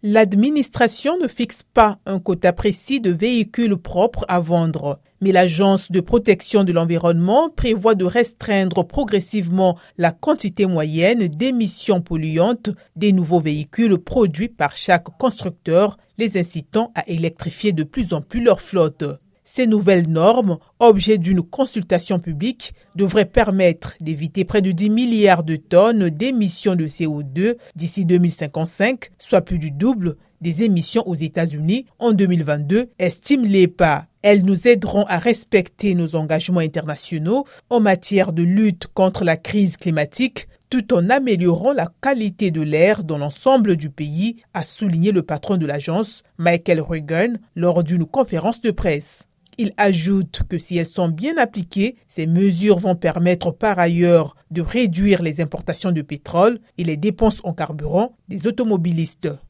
L'administration ne fixe pas un quota précis de véhicules propres à vendre, mais l'Agence de protection de l'environnement prévoit de restreindre progressivement la quantité moyenne d'émissions polluantes des nouveaux véhicules produits par chaque constructeur, les incitant à électrifier de plus en plus leur flotte. Ces nouvelles normes, objet d'une consultation publique, devraient permettre d'éviter près de 10 milliards de tonnes d'émissions de CO2 d'ici 2055, soit plus du double des émissions aux États-Unis en 2022, estime l'EPA. Elles nous aideront à respecter nos engagements internationaux en matière de lutte contre la crise climatique, tout en améliorant la qualité de l'air dans l'ensemble du pays, a souligné le patron de l'agence, Michael Regan, lors d'une conférence de presse. Il ajoute que si elles sont bien appliquées, ces mesures vont permettre par ailleurs de réduire les importations de pétrole et les dépenses en carburant des automobilistes.